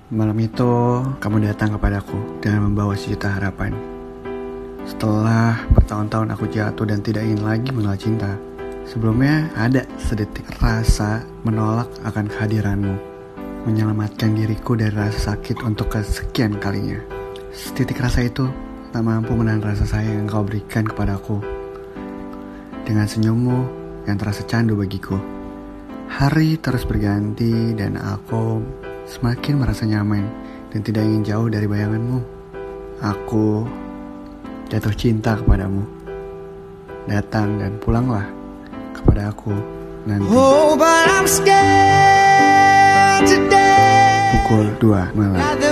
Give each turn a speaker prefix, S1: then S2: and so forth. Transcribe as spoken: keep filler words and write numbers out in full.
S1: Malam itu, kamu datang kepadaku dengan membawa sejuta harapan. Setelah bertahun-tahun aku jatuh dan tidak ingin lagi mengenal cinta, sebelumnya ada sedetik rasa menolak akan kehadiranmu, menyelamatkan diriku dari rasa sakit untuk kesekian kalinya. Setitik rasa itu tak mampu menahan rasa sayang yang kau berikan kepadaku. Dengan senyummu yang terasa candu bagiku. Hari terus berganti dan aku semakin merasa nyaman dan tidak ingin jauh dari bayanganmu. Aku jatuh cinta kepadamu. Datang dan pulanglah kepada aku nanti.
S2: Oh, but I'm scared today.
S1: Pukul dua malam.